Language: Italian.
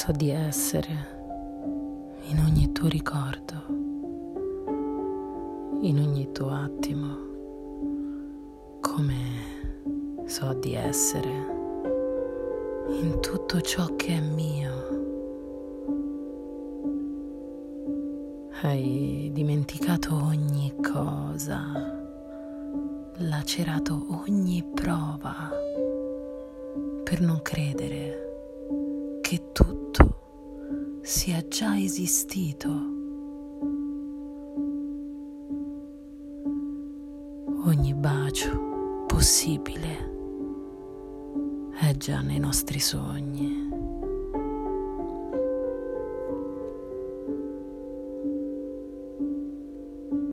So di essere in ogni tuo ricordo, in ogni tuo attimo, come so di essere in tutto ciò che è mio. Hai dimenticato ogni cosa, lacerato ogni prova per non credere che tutto sia già esistito. Ogni bacio possibile è già nei nostri sogni.